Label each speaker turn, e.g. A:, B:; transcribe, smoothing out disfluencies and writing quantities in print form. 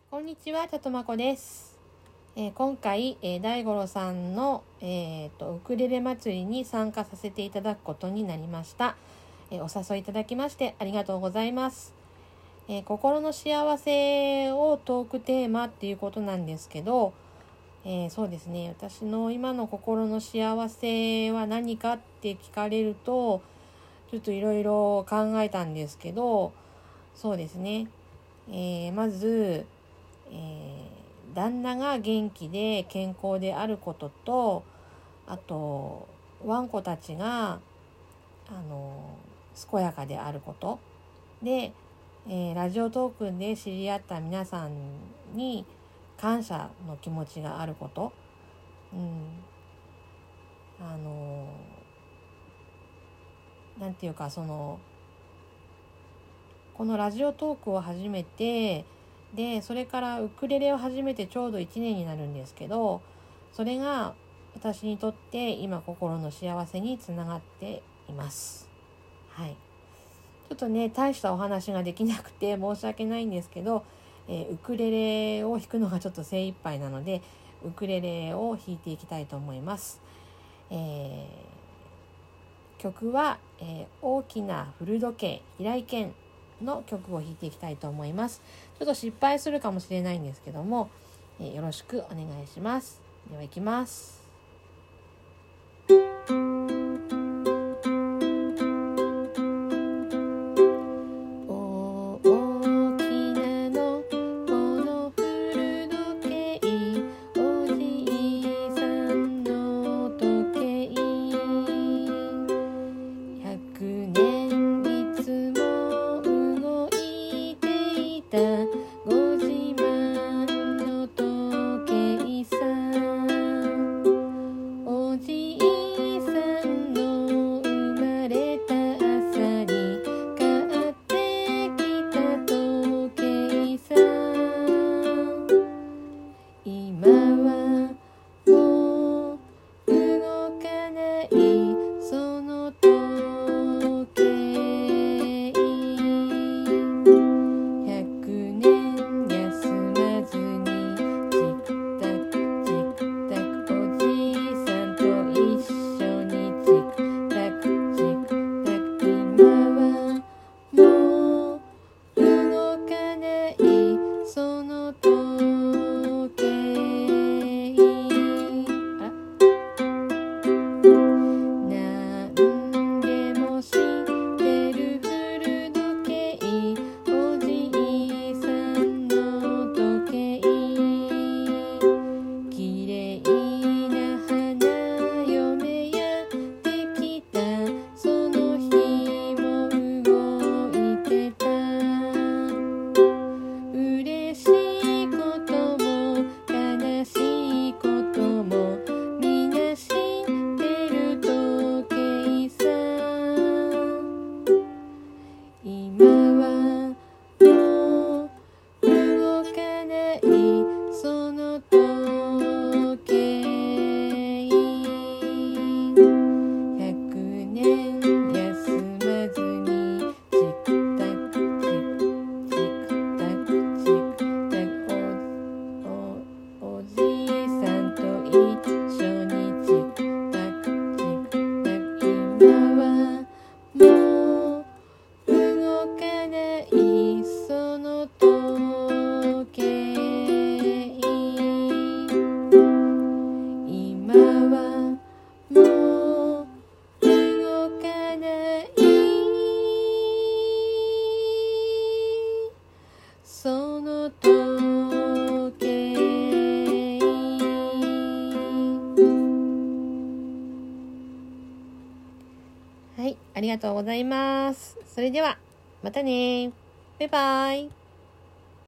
A: こんにちは、たとまこです。今回、大五郎さんの、ウクレレ祭りに参加させていただくことになりました。お誘いいただきましてありがとうございます。心の幸せをトークテーマっていうことなんですけど、そうですね、私の今の心の幸せは何かって聞かれると、ちょっといろいろ考えたんですけど、そうですね、まず、旦那が元気で健康であることと、あとワンコたちが健やかであることで、ラジオトークで知り合った皆さんに感謝の気持ちがあること、なんていうか、このラジオトークを始めて、でそれからウクレレを始めてちょうど1年になるんですけど、それが私にとって今心の幸せにつながっています。はい。ちょっとね、大したお話ができなくて申し訳ないんですけど、ウクレレを弾くのがちょっと精一杯なので、ウクレレを弾いていきたいと思います。曲は、大きな古時計平井堅の曲を弾いていきたいと思います。ちょっと失敗するかもしれないんですけども、よろしくお願いします。では行きます。その時計。はい、ありがとうございます。それではまたね。バイバイ。